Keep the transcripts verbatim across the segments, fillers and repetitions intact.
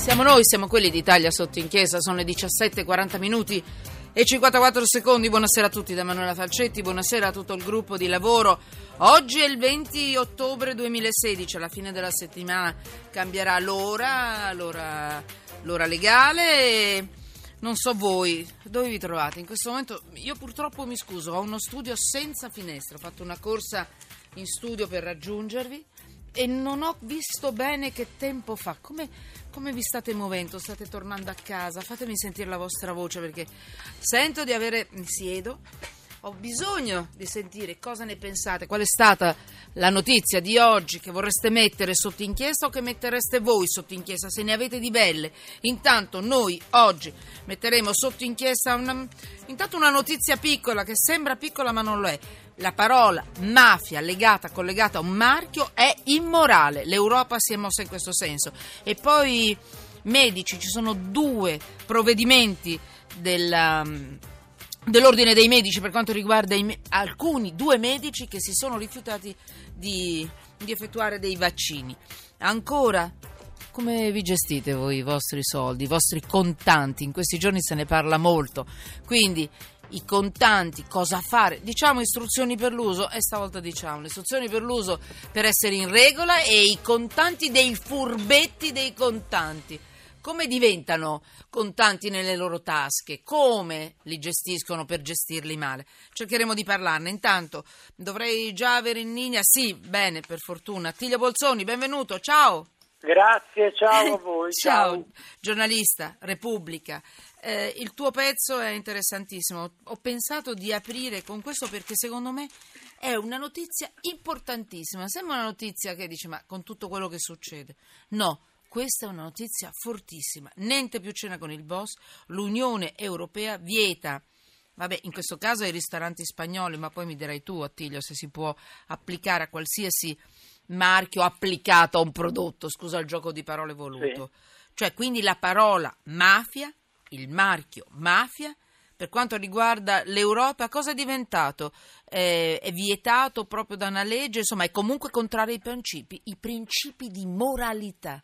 Siamo noi, siamo quelli d'Italia sotto inchiesta, sono le diciassette e quaranta minuti e cinquantaquattro secondi. Buonasera a tutti da Manuela Falcetti, buonasera a tutto il gruppo di lavoro. Oggi è il venti ottobre duemilasedici, alla fine della settimana cambierà l'ora, l'ora, l'ora legale. Non so voi, dove vi trovate? In questo momento io purtroppo mi scuso, ho uno studio senza finestra, ho fatto una corsa in studio per raggiungervi e non ho visto bene che tempo fa. Come, come vi state muovendo? State tornando a casa? Fatemi sentire la vostra voce, perché sento di avere... mi siedo, ho bisogno di sentire cosa ne pensate, qual è stata la notizia di oggi che vorreste mettere sotto inchiesta o che mettereste voi sotto inchiesta, se ne avete di belle. Intanto noi oggi metteremo sotto inchiesta una, intanto una notizia piccola, che sembra piccola ma non lo è. La parola mafia legata, collegata a un marchio è immorale. L'Europa si è mossa in questo senso. E poi medici, ci sono due provvedimenti della, dell'ordine dei medici per quanto riguarda i, alcuni, due medici che si sono rifiutati di, di effettuare dei vaccini. Ancora, come vi gestite voi i vostri soldi, i vostri contanti? In questi giorni se ne parla molto, quindi i contanti, cosa fare? Diciamo istruzioni per l'uso, e stavolta diciamo le istruzioni per l'uso per essere in regola, e i contanti dei furbetti dei contanti. Come diventano contanti nelle loro tasche? Come li gestiscono per gestirli male? Cercheremo di parlarne. Intanto dovrei già avere in linea, sì, bene, per fortuna, Attilio Bolzoni, benvenuto, ciao. Grazie, ciao a voi. Ciao, ciao. Giornalista, Repubblica. Eh, il tuo pezzo è interessantissimo. Ho pensato di aprire con questo perché secondo me è una notizia importantissima. Sembra una notizia che dice, ma con tutto quello che succede. No, questa è una notizia fortissima. Niente più cena con il boss. L'Unione Europea vieta, vabbè, in questo caso ai ristoranti spagnoli, ma poi mi dirai tu, Attilio, se si può applicare a qualsiasi marchio applicato a un prodotto, scusa il gioco di parole voluto. Sì. Cioè, quindi la parola mafia, il marchio mafia, per quanto riguarda l'Europa, cosa è diventato? Eh, è vietato proprio da una legge, insomma, è comunque contrario ai principi, i principi di moralità.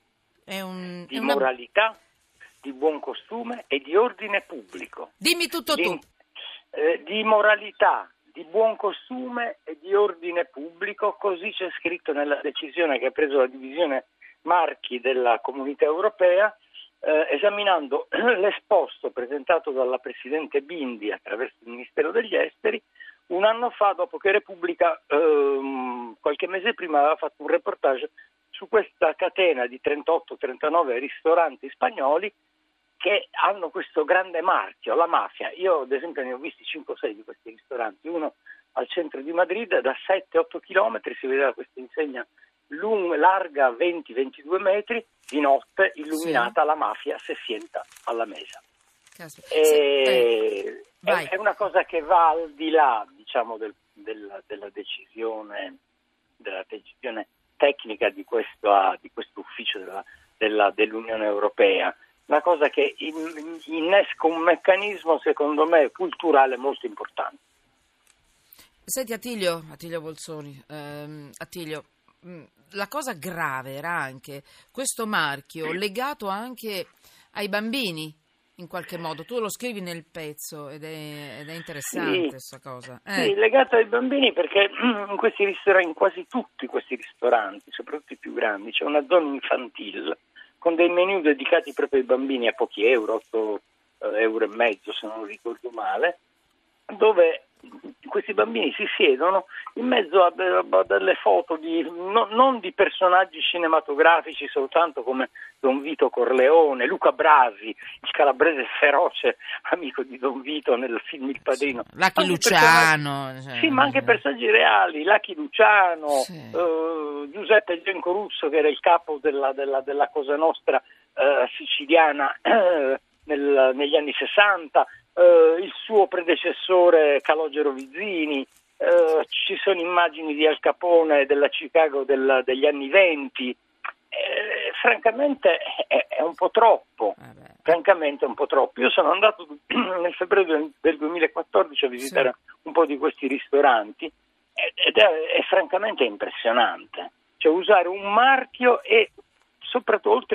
È un, di è una... moralità, di buon costume e di ordine pubblico. Dimmi tutto di, tu. Eh, di moralità, di buon costume e di ordine pubblico, così c'è scritto nella decisione che ha preso la divisione marchi della Comunità Europea, eh, esaminando l'esposto presentato dalla Presidente Bindi attraverso il Ministero degli Esteri un anno fa, dopo che Repubblica ehm, qualche mese prima aveva fatto un reportage su questa catena di trentotto trentanove ristoranti spagnoli che hanno questo grande marchio, la mafia. Io ad esempio ne ho visti cinque o sei di questi ristoranti, uno al centro di Madrid, da sette otto chilometri si vedeva questa insegna lung- larga venti ventidue metri, di notte illuminata, sì. La mafia si sienta alla mesa. E è, è una cosa che va al di là, diciamo, del, della, della decisione della decisione tecnica di questo, di questo ufficio della, della, dell'Unione Europea. Una cosa che innesca un meccanismo, secondo me, culturale molto importante. Senti Attilio, Attilio Bolzoni, ehm, Attilio, mh, la cosa grave era anche questo marchio legato anche ai bambini, in qualche modo. Tu lo scrivi nel pezzo ed è, ed è interessante questa sì, cosa. Eh. Sì, legato ai bambini, perché in questi ristoranti, in quasi tutti questi ristoranti, soprattutto i più grandi, c'è una zona infantile con dei menù dedicati proprio ai bambini a pochi euro, otto euro e mezzo se non ricordo male, dove questi bambini si siedono in mezzo a, a delle foto di, no, non di personaggi cinematografici soltanto come Don Vito Corleone, Luca Brasi, il calabrese feroce amico di Don Vito nel film Il Padrino. Lucky Luciano. Cioè, sì, ma anche personaggi reali, Lucky Luciano, sì. uh, Giuseppe Genco Russo, che era il capo della, della, della Cosa Nostra uh, siciliana uh, nel, negli anni sessanta, Uh, il suo predecessore Calogero Vizzini, uh, ci sono immagini di Al Capone della Chicago del, degli anni venti, eh, francamente è, è un po' troppo, eh francamente è un po' troppo. Io sono andato nel febbraio del, del duemilaquattordici a visitare sì. un po' di questi ristoranti ed è, è francamente impressionante, cioè usare un marchio e soprattutto oltre, oltre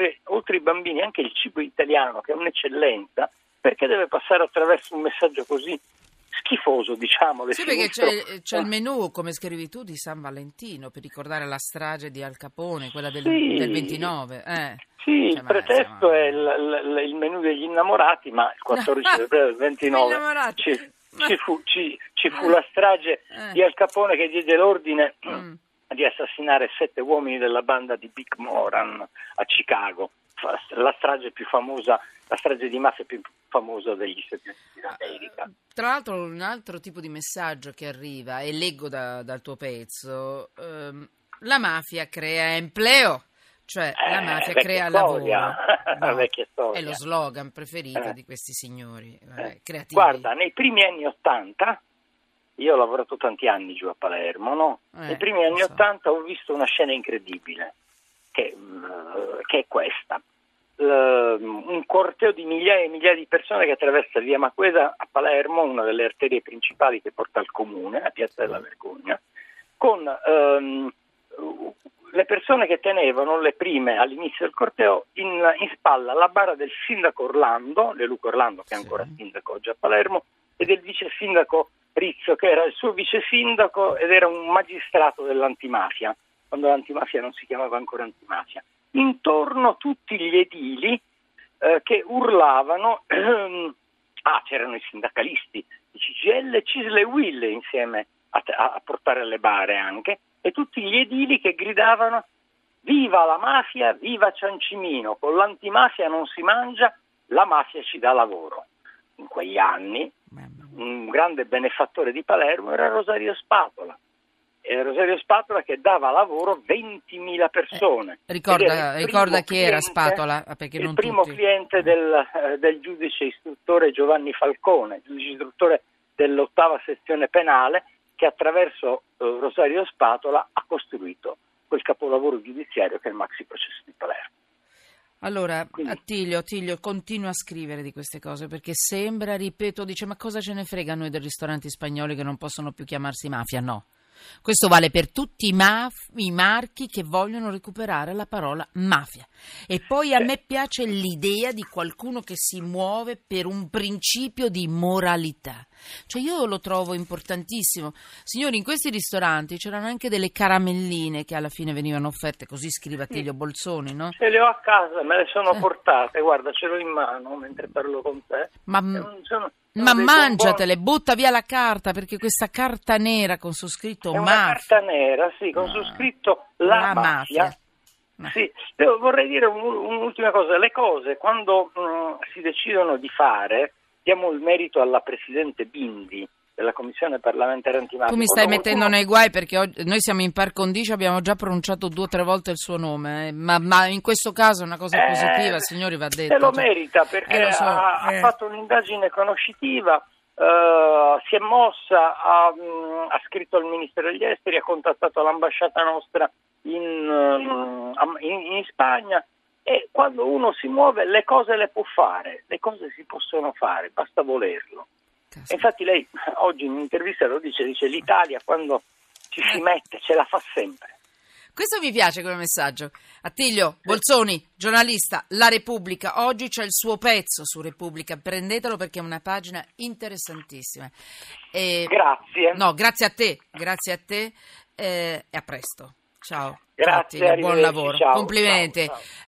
nutre i bambini anche il cibo italiano, che è un'eccellenza, perché deve passare attraverso un messaggio così schifoso, diciamo. Sì, perché c'è, c'è il menù, come scrivi tu, di San Valentino, per ricordare la strage di Al Capone, quella del, sì, del ventinove. Eh. Sì, cioè, il pretesto ma... è il, il, il menù degli innamorati, ma il quattordici febbraio del ventinove ci, ci, fu, ci, ci fu la strage eh. di Al Capone, che diede l'ordine mm. di assassinare sette uomini della banda di Bic Moran a Chicago, la strage più famosa, la strage di mafia più famosa degli Stati Uniti d'America. Tra l'altro un altro tipo di messaggio che arriva, e leggo da, dal tuo pezzo, ehm, la mafia crea empleo, cioè eh, la mafia crea storia. lavoro. No, vecchia storia. è lo slogan preferito eh. di questi signori eh, creativi. Guarda, nei primi anni Ottanta, io ho lavorato tanti anni giù a Palermo, no? Eh, nei primi anni so. Ottanta ho visto una scena incredibile, che, uh, che è questa. Uh, un corteo di migliaia e migliaia di persone che attraversa via Maqueda a Palermo, una delle arterie principali che porta al comune, a Piazza della Vergogna, con um, le persone che tenevano le prime all'inizio del corteo in, in spalla la bara del sindaco Orlando, De Luca Orlando, che è ancora sì. sindaco oggi a Palermo, e del vice sindaco Rizzo, che era il suo vice sindaco ed era un magistrato dell'antimafia, quando l'antimafia non si chiamava ancora antimafia. Intorno tutti gli edili eh, che urlavano, ehm, ah c'erano i sindacalisti, i C G I L, Cisle e Will insieme a, a portare le bare anche, e tutti gli edili che gridavano viva la mafia, viva Ciancimino, con l'antimafia non si mangia, la mafia ci dà lavoro. In quegli anni un grande benefattore di Palermo era Rosario Spatola. Era Rosario Spatola che dava lavoro a ventimila persone. Eh, ricorda ricorda chi cliente, era Spatola? Perché il non primo tutti. cliente del, eh, del giudice istruttore Giovanni Falcone, giudice istruttore dell'ottava sezione penale, che attraverso eh, Rosario Spatola ha costruito quel capolavoro giudiziario che è il maxi processo di Palermo. Allora, Quindi, Attilio, Attilio, continua a scrivere di queste cose, perché sembra, ripeto, dice, ma cosa ce ne frega a noi dei ristoranti spagnoli che non possono più chiamarsi mafia? No. Questo vale per tutti i, maf- i marchi che vogliono recuperare la parola mafia. E poi a me piace l'idea di qualcuno che si muove per un principio di moralità. Cioè io lo trovo importantissimo. Signori, in questi ristoranti c'erano anche delle caramelline che alla fine venivano offerte, così scrive Attilio Bolzoni, no? Ce le ho a casa, me le sono portate, guarda, ce l'ho in mano mentre parlo con te. Ma... Sono... Ma mangiatele, butta via la carta, perché questa carta nera con su scritto è una mafia. carta nera, sì, con su scritto la, la mafia. mafia. No. Sì, io vorrei dire un, un'ultima cosa, le cose quando mh, si decidono di fare, diamo il merito alla Presidente Bindi della Commissione parlamentare antimafia. Tu mi stai quando mettendo qualcuno... nei guai, perché oggi, noi siamo in par condicio, abbiamo già pronunciato due o tre volte il suo nome, eh, ma, ma in questo caso è una cosa eh, positiva, signori, va detto. Se lo cioè, merita, perché eh, so, ha, eh. ha fatto un'indagine conoscitiva, uh, si è mossa, ha, mh, ha scritto al Ministero degli Esteri, ha contattato l'ambasciata nostra in, uh, in, in Spagna, e quando uno si muove le cose le può fare, le cose si possono fare, basta volerlo. E infatti lei oggi in un'intervista lo dice, dice l'Italia quando ci si mette ce la fa sempre. Questo mi piace come messaggio. Attilio Bolzoni, giornalista, La Repubblica, oggi c'è il suo pezzo su Repubblica, prendetelo perché è una pagina interessantissima. E... Grazie. No, grazie a te, grazie a te eh, e a presto. Ciao. Grazie, Attilio, buon lavoro, ciao, complimenti. Ciao, ciao.